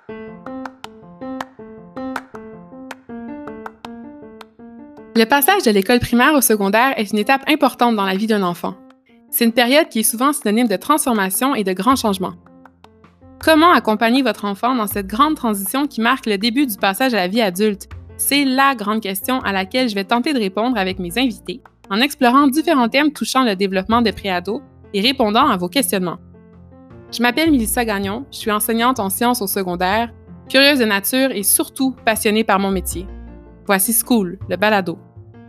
Le passage de l'école primaire au secondaire est une étape importante dans la vie d'un enfant. C'est une période qui est souvent synonyme de transformation et de grands changements. Comment accompagner votre enfant dans cette grande transition qui marque le début du passage à la vie adulte? C'est la grande question à laquelle je vais tenter de répondre avec mes invités, en explorant différents thèmes touchant le développement des préados et répondant à vos questionnements. Je m'appelle Mélissa Gagnon, je suis enseignante en sciences au secondaire, curieuse de nature et surtout passionnée par mon métier. Voici School, le balado.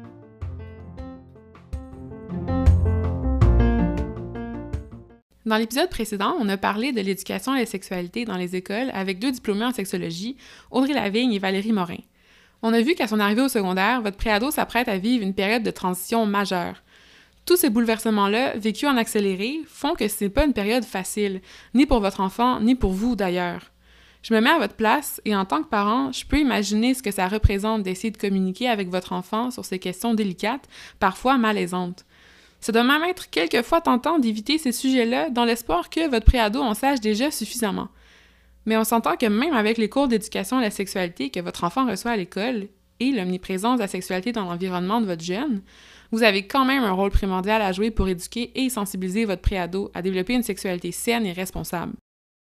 Dans l'épisode précédent, on a parlé de l'éducation à la sexualité dans les écoles avec deux diplômés en sexologie, Audrey Lavigne et Valérie Morin. On a vu qu'à son arrivée au secondaire, votre préado s'apprête à vivre une période de transition majeure. Tous ces bouleversements-là, vécus en accéléré, font que ce n'est pas une période facile, ni pour votre enfant, ni pour vous d'ailleurs. Je me mets à votre place et en tant que parent, je peux imaginer ce que ça représente d'essayer de communiquer avec votre enfant sur ces questions délicates, parfois malaisantes. Ça doit même être quelquefois tentant d'éviter ces sujets-là dans l'espoir que votre préado en sache déjà suffisamment. Mais on s'entend que même avec les cours d'éducation à la sexualité que votre enfant reçoit à l'école et l'omniprésence de la sexualité dans l'environnement de votre jeune, vous avez quand même un rôle primordial à jouer pour éduquer et sensibiliser votre préado à développer une sexualité saine et responsable.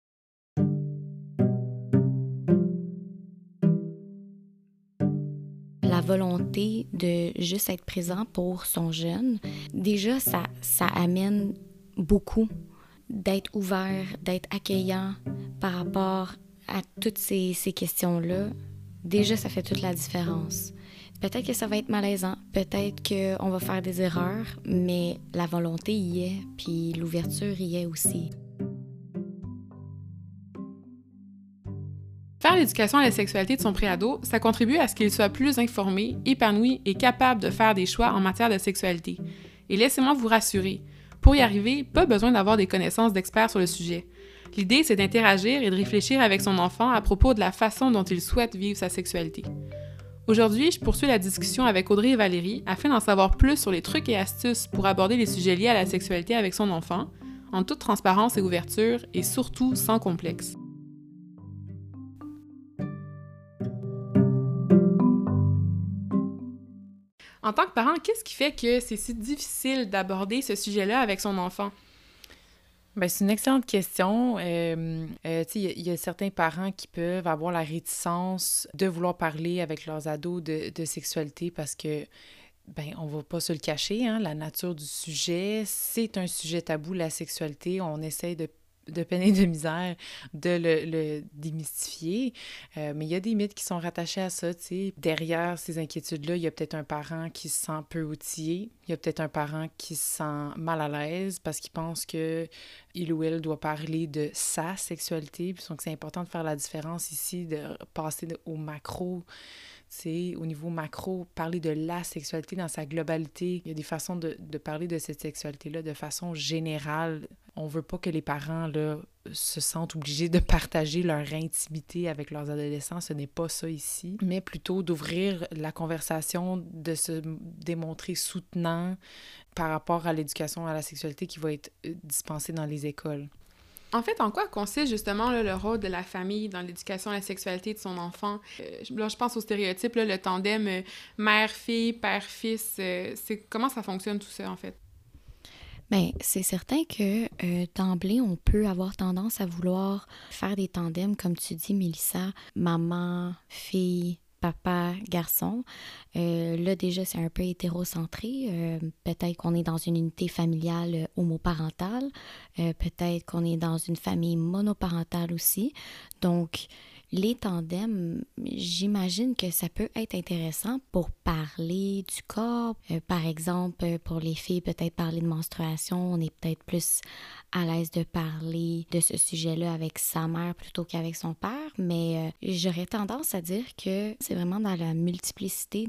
La volonté de juste être présent pour son jeune, déjà, ça amène beaucoup d'être ouvert, d'être accueillant par rapport à toutes ces questions-là. Déjà, ça fait toute la différence. Peut-être que ça va être malaisant, peut-être qu'on va faire des erreurs, mais la volonté y est, puis l'ouverture y est aussi. Faire l'éducation à la sexualité de son préado, ça contribue à ce qu'il soit plus informé, épanoui et capable de faire des choix en matière de sexualité. Et laissez-moi vous rassurer, pour y arriver, pas besoin d'avoir des connaissances d'experts sur le sujet. L'idée, c'est d'interagir et de réfléchir avec son enfant à propos de la façon dont il souhaite vivre sa sexualité. Aujourd'hui, je poursuis la discussion avec Audrey et Valérie afin d'en savoir plus sur les trucs et astuces pour aborder les sujets liés à la sexualité avec son enfant, en toute transparence et ouverture, et surtout sans complexe. En tant que parent, qu'est-ce qui fait que c'est si difficile d'aborder ce sujet-là avec son enfant? Bien, c'est une excellente question. Il y a certains parents qui peuvent avoir la réticence de vouloir parler avec leurs ados de sexualité parce que, ben, on va pas se le cacher, hein, la nature du sujet, c'est un sujet tabou, la sexualité. On essaie de peine et de misère de le démystifier. Mais il y a des mythes qui sont rattachés à ça, tu sais. Derrière ces inquiétudes-là, il y a peut-être un parent qui se sent peu outillé. Il y a peut-être un parent qui se sent mal à l'aise parce qu'il pense que il ou elle doit parler de sa sexualité. Puis donc, c'est important de faire la différence ici, de passer au macro. C'est au niveau macro, parler de la sexualité dans sa globalité. Il y a des façons de parler de cette sexualité-là de façon générale. On veut pas que les parents là, se sentent obligés de partager leur intimité avec leurs adolescents. Ce n'est pas ça ici. Mais plutôt d'ouvrir la conversation, de se démontrer soutenant par rapport à l'éducation à la sexualité qui va être dispensée dans les écoles. En fait, en quoi consiste justement là, le rôle de la famille dans l'éducation à la sexualité de son enfant? Là, je pense au stéréotype, là, le tandem mère-fille, père-fils. Comment ça fonctionne tout ça, en fait? Bien, c'est certain que d'emblée, on peut avoir tendance à vouloir faire des tandems, comme tu dis, Mélissa, maman, fille, papa, garçon. Là, déjà, c'est un peu hétérocentré. Peut-être qu'on est dans une unité familiale homoparentale. Peut-être qu'on est dans une famille monoparentale aussi. Donc, les tandems, j'imagine que ça peut être intéressant pour parler du corps. Par exemple, pour les filles, peut-être parler de menstruation, on est peut-être plus à l'aise de parler de ce sujet-là avec sa mère plutôt qu'avec son père. Mais j'aurais tendance à dire que c'est vraiment dans la multiplicité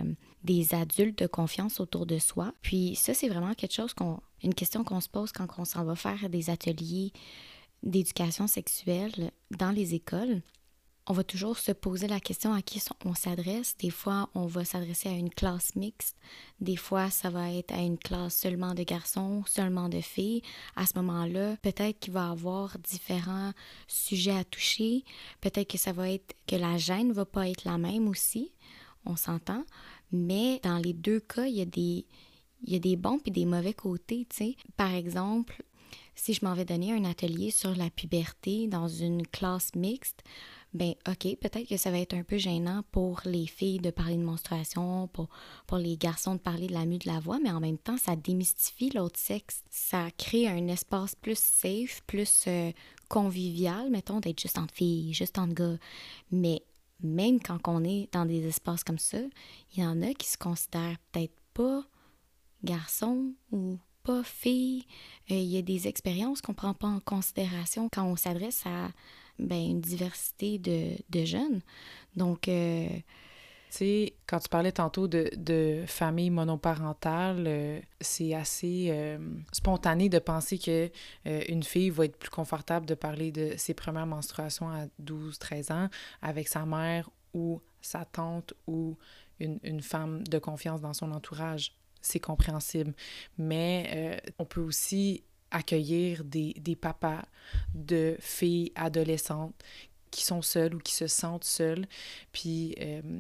des adultes de confiance autour de soi. Puis ça, c'est vraiment une question qu'on se pose quand on s'en va faire des ateliers d'éducation sexuelle dans les écoles. on va toujours se poser la question à qui on s'adresse. Des fois, on va s'adresser à une classe mixte. Des fois, ça va être à une classe seulement de garçons, seulement de filles. À ce moment-là, peut-être qu'il va y avoir différents sujets à toucher. Peut-être que ça va être que la gêne ne va pas être la même aussi. On s'entend. Mais dans les deux cas, il y a des bons et des mauvais côtés, tu sais. Par exemple, si je m'en vais donner un atelier sur la puberté dans une classe mixte, ben OK, peut-être que ça va être un peu gênant pour les filles de parler de menstruation, pour les garçons de parler de la mue de la voix, mais en même temps, ça démystifie l'autre sexe. Ça crée un espace plus safe, plus convivial, mettons, d'être juste entre filles, juste entre gars. Mais même quand on est dans des espaces comme ça, il y en a qui se considèrent peut-être pas garçons ou pas filles. Il y a des expériences qu'on ne prend pas en considération quand on s'adresse à une diversité de jeunes. Donc, Tu sais, quand tu parlais tantôt de famille monoparentale, c'est assez spontané de penser que une fille va être plus confortable de parler de ses premières menstruations à 12-13 ans avec sa mère ou sa tante ou une femme de confiance dans son entourage. C'est compréhensible. Mais on peut aussi accueillir des papas de filles adolescentes qui sont seules ou qui se sentent seules. Puis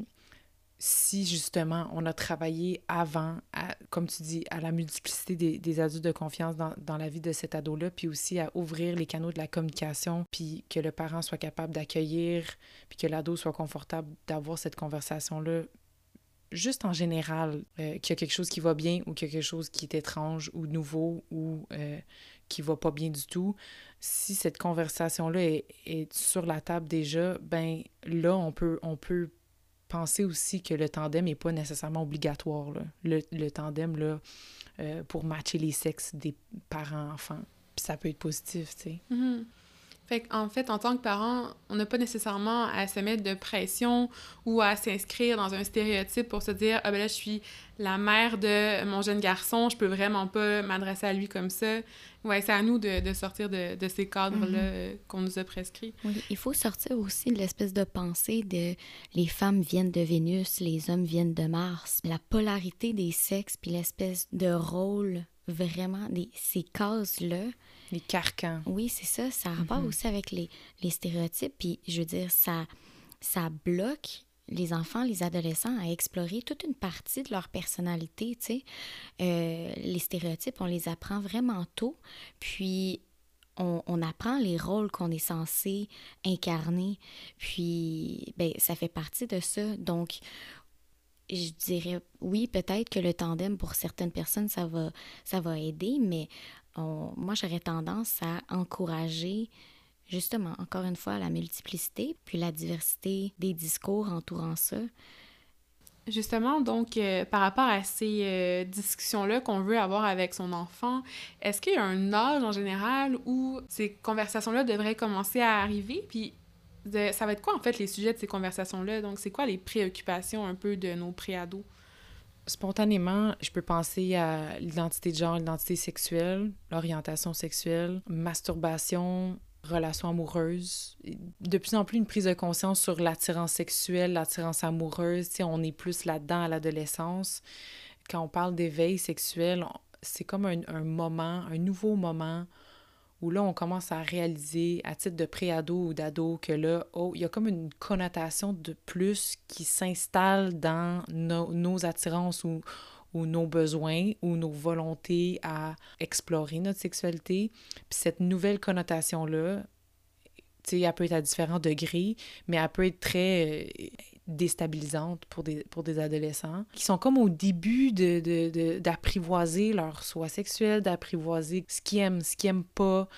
si justement on a travaillé avant, comme tu dis, à la multiplicité des adultes de confiance dans la vie de cet ado-là, puis aussi à ouvrir les canaux de la communication, puis que le parent soit capable d'accueillir, puis que l'ado soit confortable d'avoir cette conversation-là, juste en général, qu'il y a quelque chose qui va bien ou qu'il y a quelque chose qui est étrange ou nouveau ou qui va pas bien du tout, si cette conversation-là est sur la table déjà, ben là, on peut penser aussi que le tandem n'est pas nécessairement obligatoire, là. Le tandem, là, pour matcher les sexes des parents-enfants. Puis ça peut être positif, tu sais. Mm-hmm. Fait qu'en fait, en tant que parent, on n'a pas nécessairement à se mettre de pression ou à s'inscrire dans un stéréotype pour se dire « Ah ben là, je suis la mère de mon jeune garçon, je peux vraiment pas m'adresser à lui comme ça. » Ouais, c'est à nous de sortir de ces cadres-là qu'on nous a prescrits. Oui, il faut sortir aussi de l'espèce de pensée de les femmes viennent de Vénus, les hommes viennent de Mars. La polarité des sexes puis l'espèce de rôle, vraiment, ces cases-là. Les carcans. Oui, c'est ça. Ça a rapport aussi avec les stéréotypes. Puis, je veux dire, ça bloque les enfants, les adolescents à explorer toute une partie de leur personnalité, tu sais. Les stéréotypes, on les apprend vraiment tôt. Puis, on apprend les rôles qu'on est censé incarner. Puis, ça fait partie de ça. Donc, je dirais, oui, peut-être que le tandem, pour certaines personnes, ça va aider, mais moi, j'aurais tendance à encourager, justement, encore une fois, la multiplicité, puis la diversité des discours entourant ça. Justement, donc, par rapport à ces discussions-là qu'on veut avoir avec son enfant, est-ce qu'il y a un âge en général où ces conversations-là devraient commencer à arriver? Puis, ça va être quoi, en fait, les sujets de ces conversations-là? Donc, c'est quoi les préoccupations un peu de nos préados? Spontanément, je peux penser à l'identité de genre, l'identité sexuelle, l'orientation sexuelle, masturbation, relations amoureuses. De plus en plus, une prise de conscience sur l'attirance sexuelle, l'attirance amoureuse. Tu sais, on est plus là-dedans à l'adolescence. Quand on parle d'éveil sexuel, c'est comme un moment, un nouveau moment où là, on commence à réaliser, à titre de pré-ado ou d'ado, que là, il y a comme une connotation de plus qui s'installe dans nos attirances ou nos besoins ou nos volontés à explorer notre sexualité. Puis cette nouvelle connotation-là, tu sais, elle peut être à différents degrés, mais elle peut être très déstabilisante pour des adolescents qui sont comme au début d'apprivoiser leur soi sexuel, d'apprivoiser ce qu'ils aiment pas,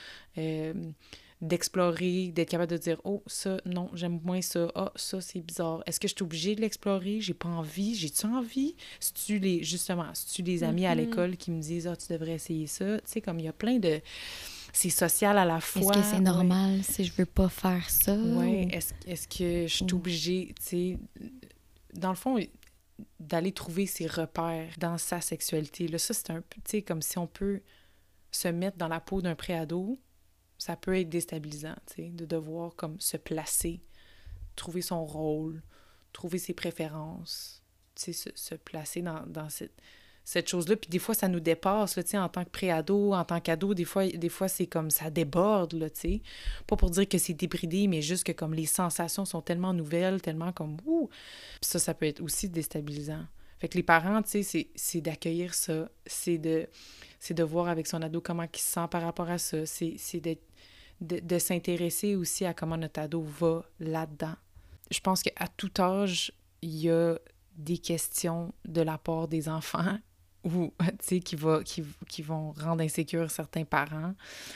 d'explorer, d'être capable de dire « Oh, ça, non, j'aime moins ça. Ah, ça, c'est bizarre. Est-ce que je suis obligée de l'explorer? J'ai pas envie. J'ai-tu envie? » Si-tu les amis à l'école qui me disent « Ah, tu devrais essayer ça. » Tu sais, comme il y a plein de... C'est social à la fois. Est-ce que c'est normal si je veux pas faire ça? Oui. Est-ce que je suis obligée, tu sais... Dans le fond, d'aller trouver ses repères dans sa sexualité. Là, ça, c'est un peu, tu sais, comme si on peut se mettre dans la peau d'un préado, ça peut être déstabilisant, tu sais, de devoir comme se placer trouver son rôle, trouver ses préférences, tu sais, se placer dans cette chose-là. Puis des fois, ça nous dépasse, là, tu sais, en tant que préado, en tant qu'ado, des fois, c'est comme ça déborde, là, tu sais. Pas pour dire que c'est débridé, mais juste que comme les sensations sont tellement nouvelles, tellement comme ouh. Puis ça peut être aussi déstabilisant. Fait que les parents, tu sais, c'est d'accueillir ça, c'est de voir avec son ado comment il se sent par rapport à ça, c'est de s'intéresser aussi à comment notre ado va là-dedans. Je pense qu'à tout âge, il y a des questions de la part des enfants ou, tu sais, qui vont rendre insécures certains parents.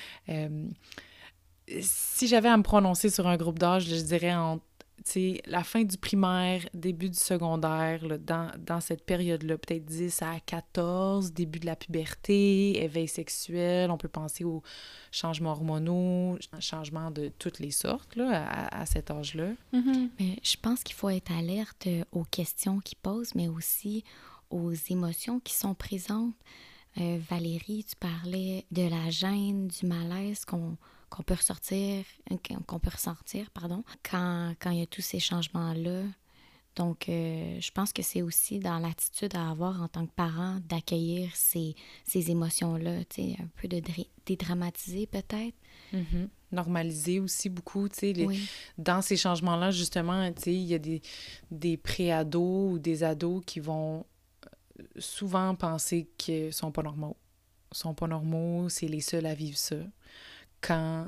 Si j'avais à me prononcer sur un groupe d'âge, je dirais tu sais, la fin du primaire, début du secondaire, là, dans cette période-là, peut-être 10 à 14, début de la puberté, éveil sexuel, on peut penser aux changements hormonaux, changements de toutes les sortes là, à cet âge-là. Mm-hmm. Mais je pense qu'il faut être alerte aux questions qu'ils posent, mais aussi aux émotions qui sont présentes. Valérie, tu parlais de la gêne, du malaise qu'on peut ressentir, quand il y a tous ces changements-là. Donc, je pense que c'est aussi dans l'attitude à avoir en tant que parent d'accueillir ces émotions-là, tu sais, un peu de dédramatiser peut-être. Mm-hmm. Normaliser aussi beaucoup, tu sais, Oui. dans ces changements-là, justement, tu sais, il y a des pré-ados ou des ados qui vont souvent penser qu'ils sont pas normaux. Ils sont pas normaux, c'est les seuls à vivre ça. Quand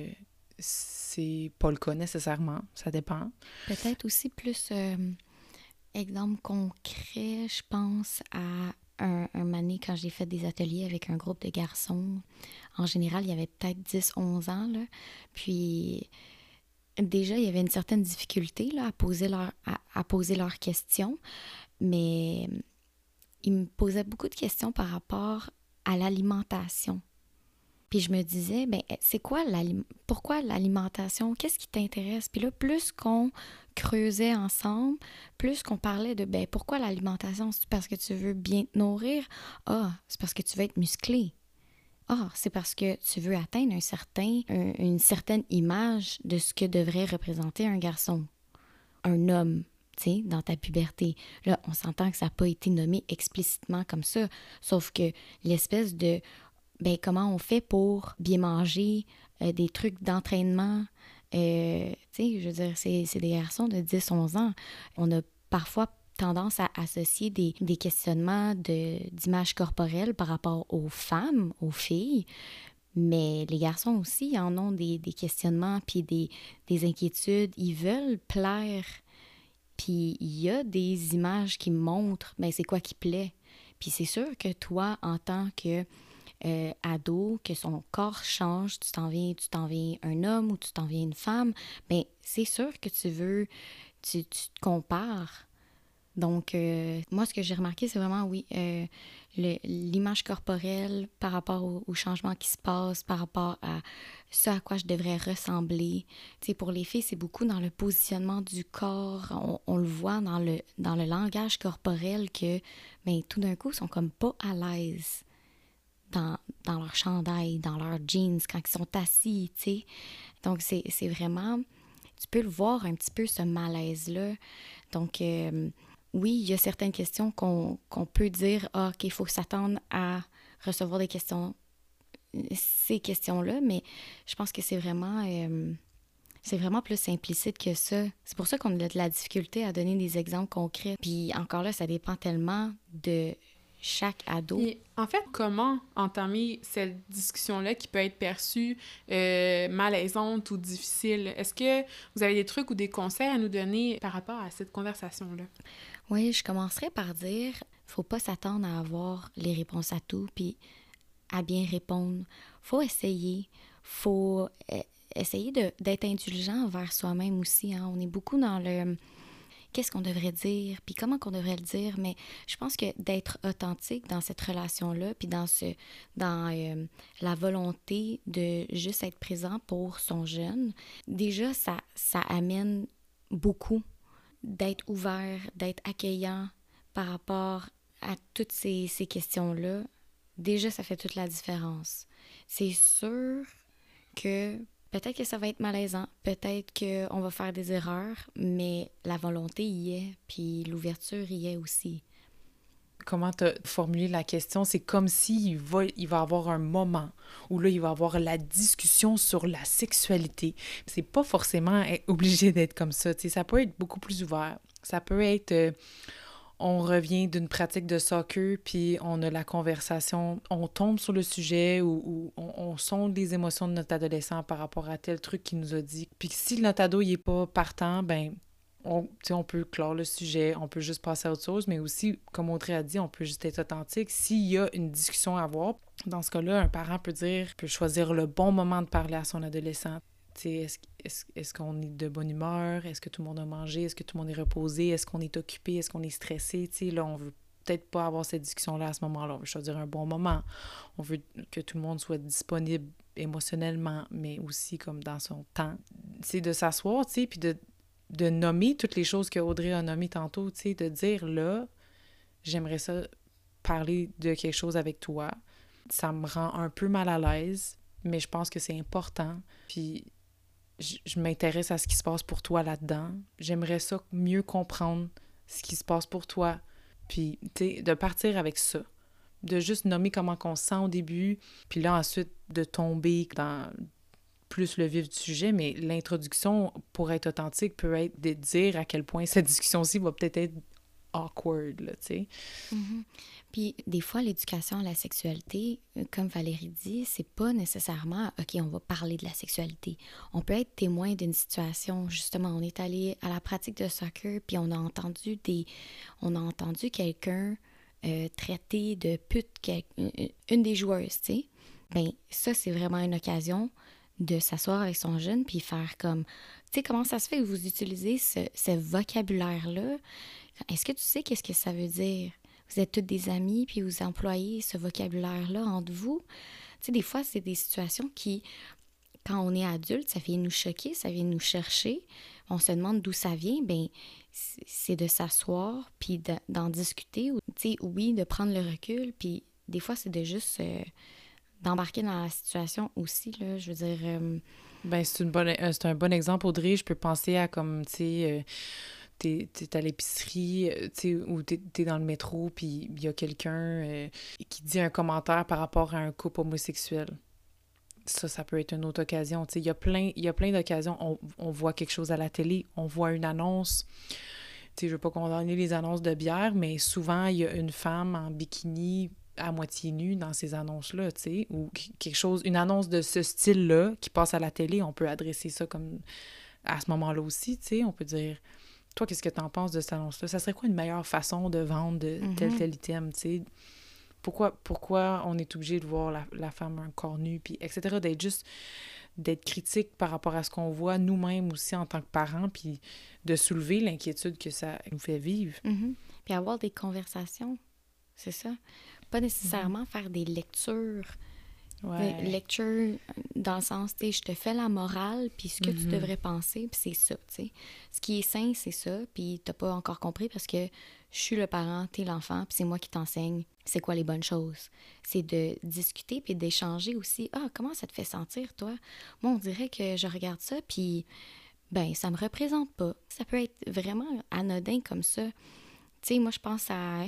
c'est pas le cas nécessairement, ça dépend. Peut-être aussi plus, exemple concret, je pense à un moment donné, quand j'ai fait des ateliers avec un groupe de garçons. En général, il y avait peut-être 10-11 ans, là. Puis, déjà, il y avait une certaine difficulté là, à poser leurs questions, mais ils me posaient beaucoup de questions par rapport à l'alimentation. Puis je me disais, ben c'est quoi pourquoi l'alimentation? Qu'est-ce qui t'intéresse? Puis là, plus qu'on creusait ensemble, plus qu'on parlait de, ben pourquoi l'alimentation? C'est parce que tu veux bien te nourrir? Ah, c'est parce que tu veux être musclé. Ah, c'est parce que tu veux atteindre une certaine image de ce que devrait représenter un garçon, un homme, tu sais, dans ta puberté. Là, on s'entend que ça n'a pas été nommé explicitement comme ça, sauf que l'espèce de ben comment on fait pour bien manger, des trucs d'entraînement. Tu sais, je veux dire, c'est des garçons de 10-11 ans. On a parfois tendance à associer des questionnements d'image corporelle par rapport aux femmes, aux filles, mais les garçons aussi ils en ont des questionnements puis des inquiétudes. Ils veulent plaire. Puis il y a des images qui montrent, ben c'est quoi qui plaît. Puis c'est sûr que toi, en tant que ado, que son corps change, tu t'en viens un homme ou tu t'en viens une femme, bien, c'est sûr que tu te compares. Donc, moi, ce que j'ai remarqué, c'est vraiment, oui, l'image corporelle par rapport au changement qui se passe, par rapport à ce à quoi je devrais ressembler. Tu sais, pour les filles, c'est beaucoup dans le positionnement du corps. On le voit dans le langage corporel que, bien, tout d'un coup, ils sont comme pas à l'aise dans leur chandail, dans leurs jeans, quand ils sont assis, tu sais. Donc, c'est vraiment... Tu peux le voir un petit peu, ce malaise-là. Donc, oui, il y a certaines questions qu'on peut dire, ah, OK, il faut s'attendre à recevoir ces questions-là, mais je pense que c'est vraiment plus implicite que ça. C'est pour ça qu'on a de la difficulté à donner des exemples concrets. Puis encore là, ça dépend tellement de chaque ado. Et en fait, comment entamer cette discussion-là qui peut être perçue malaisante ou difficile? Est-ce que vous avez des trucs ou des conseils à nous donner par rapport à cette conversation-là? Oui, je commencerai par dire, faut pas s'attendre à avoir les réponses à tout, puis à bien répondre. Faut essayer, faut essayer d'être indulgent envers soi-même aussi. Hein? On est beaucoup dans le qu'est-ce qu'on devrait dire, puis comment qu'on devrait le dire, mais je pense que d'être authentique dans cette relation-là, puis dans la volonté de juste être présent pour son jeune, déjà, ça amène beaucoup d'être ouvert, d'être accueillant par rapport à toutes ces questions-là. Déjà, ça fait toute la différence. C'est sûr que Peut-être que ça va être malaisant, peut-être qu'on va faire des erreurs, mais la volonté y est, puis l'ouverture y est aussi. Comment tu as formulé la question? C'est comme s'il il va avoir un moment où là, il va avoir la discussion sur la sexualité. C'est pas forcément obligé d'être comme ça. Tu sais, ça peut être beaucoup plus ouvert. Ça peut être... on revient d'une pratique de soccer, puis on a la conversation, on tombe sur le sujet ou on sonde les émotions de notre adolescent par rapport à tel truc qu'il nous a dit. Puis si notre ado, il est pas partant, ben on peut clore le sujet, on peut juste passer à autre chose, mais aussi, comme Audrey a dit, on peut juste être authentique. S'il y a une discussion à avoir, dans ce cas-là, un parent peut choisir le bon moment de parler à son adolescent. Est-ce qu'on est de bonne humeur? Est-ce que tout le monde a mangé? Est-ce que tout le monde est reposé? Est-ce qu'on est occupé? Est-ce qu'on est stressé? T'sais, là, on veut peut-être pas avoir cette discussion-là à ce moment-là. On veut choisir un bon moment. On veut que tout le monde soit disponible émotionnellement, mais aussi comme dans son temps. C'est de s'asseoir, tu sais, puis de nommer toutes les choses que Audrey a nommées tantôt, tu sais, de dire, là, j'aimerais ça parler de quelque chose avec toi. Ça me rend un peu mal à l'aise, mais je pense que c'est important. Puis je m'intéresse à ce qui se passe pour toi là-dedans. J'aimerais ça mieux comprendre ce qui se passe pour toi. Puis, tu sais, de partir avec ça. De juste nommer comment on se sent au début, puis là, ensuite, de tomber dans plus le vif du sujet, mais l'introduction, pour être authentique, peut être de dire à quel point cette discussion-ci va peut-être être awkward, là, tu sais. Mm-hmm. Puis des fois, l'éducation à la sexualité, comme Valérie dit, c'est pas nécessairement « OK, on va parler de la sexualité ». On peut être témoin d'une situation, justement, on est allé à la pratique de soccer, puis on a entendu quelqu'un traiter de pute une des joueuses, tu sais. Bien, ça, c'est vraiment une occasion de s'asseoir avec son jeune puis faire comme, tu sais, comment ça se fait que vous utilisez ce vocabulaire-là? Est-ce que tu sais qu'est-ce que ça veut dire? Vous êtes tous des amis puis vous employez ce vocabulaire-là entre vous? Tu sais, des fois, c'est des situations qui, quand on est adulte, ça vient nous choquer, ça vient nous chercher. On se demande d'où ça vient. Bien, c'est de s'asseoir puis d'en discuter. Tu sais, oui, de prendre le recul. Puis des fois, c'est de juste... d'embarquer dans la situation aussi, là, je veux dire... Ben, c'est un bon exemple, Audrey. Je peux penser à comme, tu sais, t'es à l'épicerie, tu sais, ou t'es dans le métro, puis il y a quelqu'un qui dit un commentaire par rapport à un couple homosexuel. Ça peut être une autre occasion. Tu sais, il y a plein d'occasions. On voit quelque chose à la télé, on voit une annonce. Tu sais, je veux pas condamner les annonces de bière, mais souvent, il y a une femme en bikini à moitié nue dans ces annonces-là, tu sais, ou quelque chose, une annonce de ce style-là qui passe à la télé, on peut adresser ça comme à ce moment-là aussi, tu sais, on peut dire, toi, qu'est-ce que t'en penses de cette annonce-là? Ça serait quoi une meilleure façon de vendre de tel item, tu sais? Pourquoi on est obligé de voir la femme un corps nu, puis etc., d'être critique par rapport à ce qu'on voit nous-mêmes aussi en tant que parents, puis de soulever l'inquiétude que ça nous fait vivre. Puis avoir des conversations, c'est ça. Pas nécessairement faire des lectures. Ouais. Lecture dans le sens, tu sais, je te fais la morale, puis ce que tu devrais penser, puis c'est ça, tu sais. Ce qui est sain, c'est ça, puis t'as pas encore compris parce que je suis le parent, t'es l'enfant, puis c'est moi qui t'enseigne c'est quoi les bonnes choses. C'est de discuter puis d'échanger aussi. Ah, comment ça te fait sentir, toi? Moi, on dirait que je regarde ça, puis ben ça me représente pas. Ça peut être vraiment anodin comme ça. Tu sais, moi, je pense à...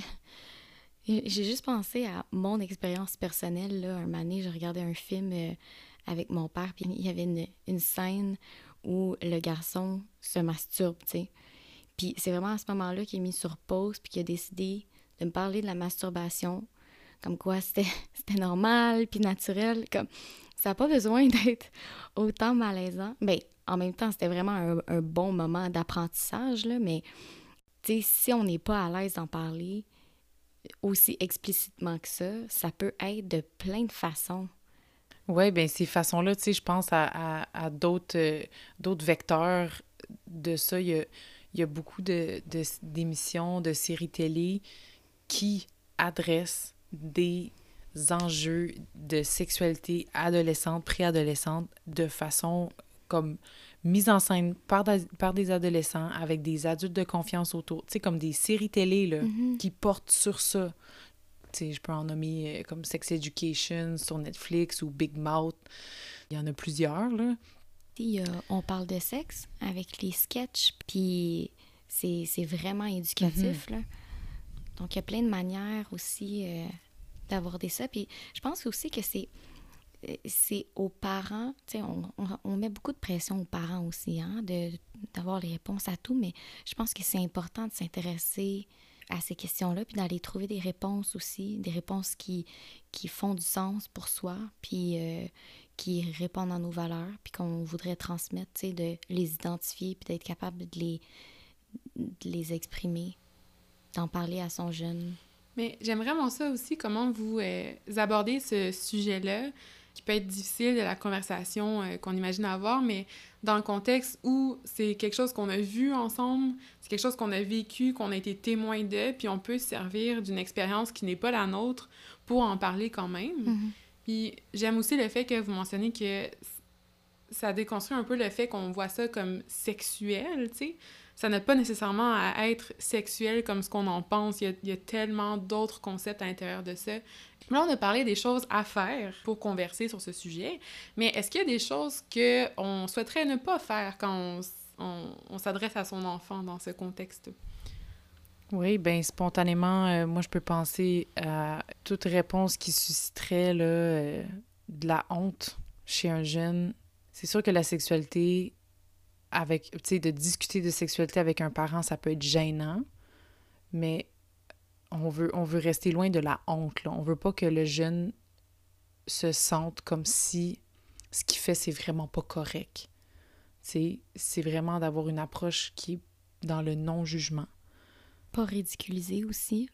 J'ai juste pensé à mon expérience personnelle, là. Un moment donné, je regardais un film avec mon père, puis il y avait une scène où le garçon se masturbe, tu sais. Puis c'est vraiment à ce moment-là qu'il est mis sur pause, puis qu'il a décidé de me parler de la masturbation, comme quoi c'était normal, puis naturel, comme... Ça n'a pas besoin d'être autant malaisant. Bien, en même temps, c'était vraiment un bon moment d'apprentissage, là, mais, tu sais, si on n'est pas à l'aise d'en parler aussi explicitement que ça peut être de plein de façons. Oui, bien, ces façons-là, tu sais, je pense à d'autres vecteurs de ça. Il y a beaucoup d'émissions, de séries télé qui adressent des enjeux de sexualité adolescente, préadolescente, de façon comme mise en scène par des adolescents avec des adultes de confiance autour. Tu sais, comme des séries télé, là, qui portent sur ça. Tu sais, je peux en nommer comme Sex Education sur Netflix ou Big Mouth. Il y en a plusieurs, là. On parle de sexe avec les sketchs, puis c'est vraiment éducatif, là. Donc, il y a plein de manières aussi d'aborder ça. Puis je pense aussi que c'est aux parents, tu sais, on met beaucoup de pression aux parents aussi, hein, d'avoir les réponses à tout, mais je pense que c'est important de s'intéresser à ces questions-là, puis d'aller trouver des réponses aussi, des réponses qui font du sens pour soi, puis qui répondent à nos valeurs, puis qu'on voudrait transmettre, tu sais, de les identifier, puis d'être capable de les exprimer, d'en parler à son jeune. Mais j'aime vraiment ça aussi, comment vous abordez ce sujet-là, qui peut être difficile de la conversation qu'on imagine avoir, mais dans le contexte où c'est quelque chose qu'on a vu ensemble, c'est quelque chose qu'on a vécu, qu'on a été témoin de, puis on peut se servir d'une expérience qui n'est pas la nôtre pour en parler quand même. Mm-hmm. Puis j'aime aussi le fait que vous mentionnez que ça déconstruit un peu le fait qu'on voit ça comme sexuel, tu sais. Ça n'a pas nécessairement à être sexuel comme ce qu'on en pense. Il y a tellement d'autres concepts à l'intérieur de ça. Là, on a parlé des choses à faire pour converser sur ce sujet, mais est-ce qu'il y a des choses qu'on souhaiterait ne pas faire quand on s'adresse à son enfant dans ce contexte? Oui, bien, spontanément, moi, je peux penser à toute réponse qui susciterait là, de la honte chez un jeune. C'est sûr que la sexualité, tu sais, de discuter de sexualité avec un parent, ça peut être gênant, mais on veut rester loin de la honte, là. On veut pas que le jeune se sente comme si ce qu'il fait, c'est vraiment pas correct. C'est vraiment d'avoir une approche qui est dans le non-jugement. Pas ridiculiser aussi.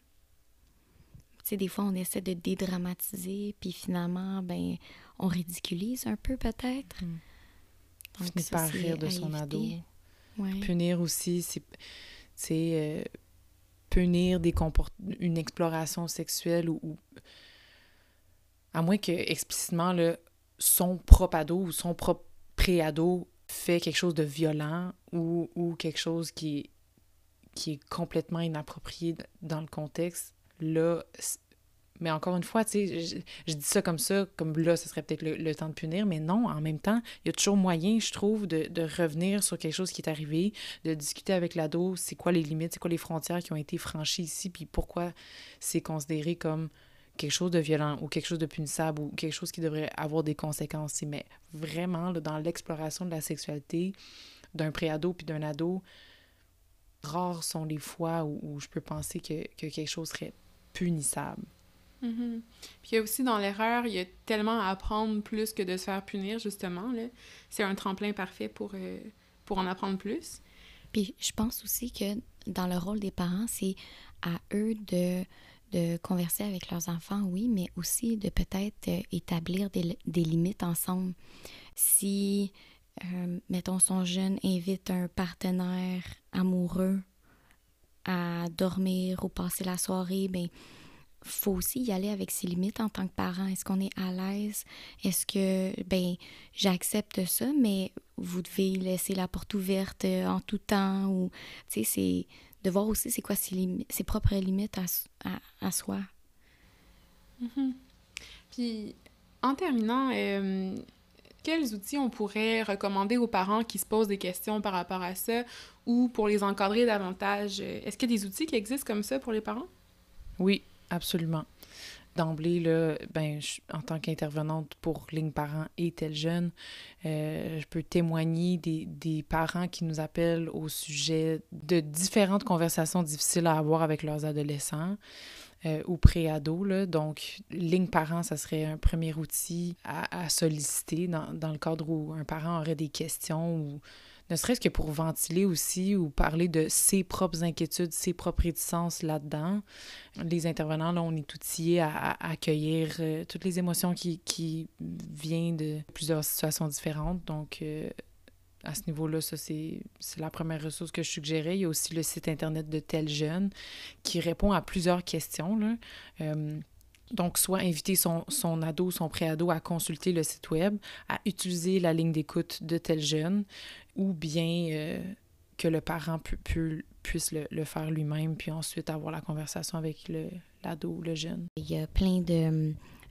Tu sais, des fois, on essaie de dédramatiser, puis finalement, ben, on ridiculise un peu, peut-être. Donc, finit par rire de son ado. Ouais. Punir aussi, c'est punir une exploration sexuelle ou à moins que explicitement là, son propre ado ou son propre pré-ado fait quelque chose de violent ou quelque chose qui est complètement inapproprié dans le contexte, là. Mais encore une fois, tu sais, je dis ça, comme là, ce serait peut-être le temps de punir, mais non, en même temps, il y a toujours moyen, je trouve, de revenir sur quelque chose qui est arrivé, de discuter avec l'ado, c'est quoi les limites, c'est quoi les frontières qui ont été franchies ici, puis pourquoi c'est considéré comme quelque chose de violent ou quelque chose de punissable ou quelque chose qui devrait avoir des conséquences. Mais vraiment, là, dans l'exploration de la sexualité d'un pré-ado puis d'un ado, rares sont les fois où je peux penser que quelque chose serait punissable. Mm-hmm. Puis il y a aussi dans l'erreur, il y a tellement à apprendre plus que de se faire punir, justement, là. C'est un tremplin parfait pour en apprendre plus. Puis je pense aussi que dans le rôle des parents, c'est à eux de converser avec leurs enfants, oui, mais aussi de peut-être établir des limites ensemble. Si, mettons, son jeune invite un partenaire amoureux à dormir ou passer la soirée, bien, faut aussi y aller avec ses limites en tant que parent. Est-ce qu'on est à l'aise? Est-ce que, ben, j'accepte ça, mais vous devez laisser la porte ouverte en tout temps? Ou, tu sais, c'est de voir aussi c'est quoi ses propres limites à soi. Mm-hmm. Puis, en terminant, quels outils on pourrait recommander aux parents qui se posent des questions par rapport à ça ou pour les encadrer davantage? Est-ce qu'il y a des outils qui existent comme ça pour les parents? Oui, absolument. D'emblée, là, ben, en tant qu'intervenante pour Ligne Parents et Tel Jeune, je peux témoigner des parents qui nous appellent au sujet de différentes conversations difficiles à avoir avec leurs adolescents ou pré-ados, là. Donc, Ligne Parents, ça serait un premier outil à solliciter dans le cadre où un parent aurait des questions ou ne serait-ce que pour ventiler aussi ou parler de ses propres inquiétudes, ses propres réticences là-dedans. Les intervenants, là, on est outillés à accueillir toutes les émotions qui viennent de plusieurs situations différentes. Donc, à ce niveau-là, ça, c'est la première ressource que je suggérais. Il y a aussi le site Internet de Tel Jeune qui répond à plusieurs questions, là. Donc, soit inviter son ado, son pré-ado à consulter le site web, à utiliser la ligne d'écoute de Tel Jeune, ou bien que le parent puisse le faire lui-même, puis ensuite avoir la conversation avec l'ado, le jeune. Il y a plein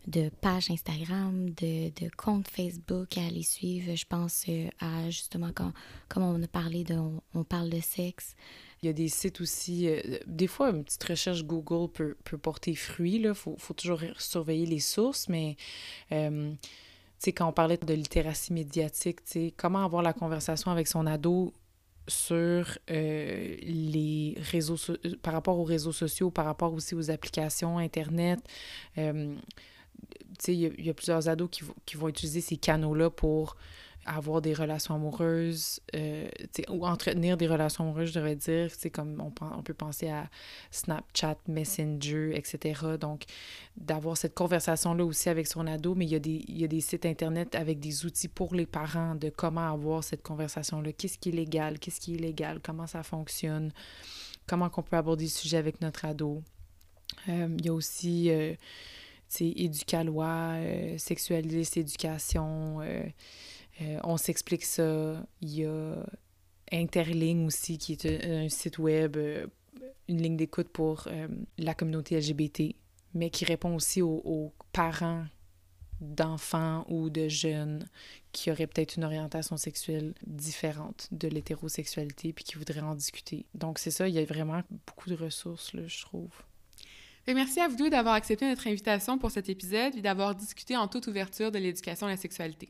de pages Instagram, de comptes Facebook à aller suivre. Je pense à justement comme on a parlé on parle de sexe. Il y a des sites aussi, des fois une petite recherche Google peut porter fruit, là. Faut toujours surveiller les sources, mais tu sais, quand on parlait de littératie médiatique, tu sais, comment avoir la conversation avec son ado sur les réseaux par rapport aux réseaux sociaux, par rapport aussi aux applications Internet. Tu sais, il y a plusieurs ados qui vont utiliser ces canaux-là pour avoir des relations amoureuses, ou entretenir des relations amoureuses, je devrais dire, comme on peut penser à Snapchat, Messenger, etc. Donc, d'avoir cette conversation-là aussi avec son ado, mais il y a des sites Internet avec des outils pour les parents de comment avoir cette conversation-là. Qu'est-ce qui est légal, qu'est-ce qui est illégal, comment ça fonctionne, comment on peut aborder le sujet avec notre ado. Il y a aussi, Éducalois, Sexualiste Éducation, on s'explique ça. Il y a Interligne aussi, qui est un site web, une ligne d'écoute pour la communauté LGBT, mais qui répond aussi aux parents d'enfants ou de jeunes qui auraient peut-être une orientation sexuelle différente de l'hétérosexualité puis qui voudraient en discuter. Donc c'est ça, il y a vraiment beaucoup de ressources, là, je trouve. Et merci à vous deux d'avoir accepté notre invitation pour cet épisode et d'avoir discuté en toute ouverture de l'éducation à la sexualité.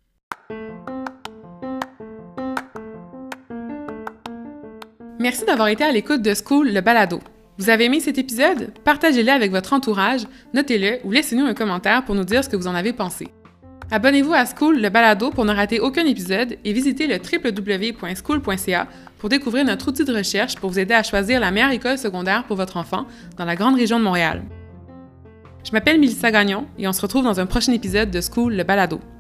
Merci d'avoir été à l'écoute de School, le balado. Vous avez aimé cet épisode? Partagez-le avec votre entourage, notez-le ou laissez-nous un commentaire pour nous dire ce que vous en avez pensé. Abonnez-vous à School, le balado pour ne rater aucun épisode et visitez le www.school.ca pour découvrir notre outil de recherche pour vous aider à choisir la meilleure école secondaire pour votre enfant dans la grande région de Montréal. Je m'appelle Mélissa Gagnon et on se retrouve dans un prochain épisode de School, le balado.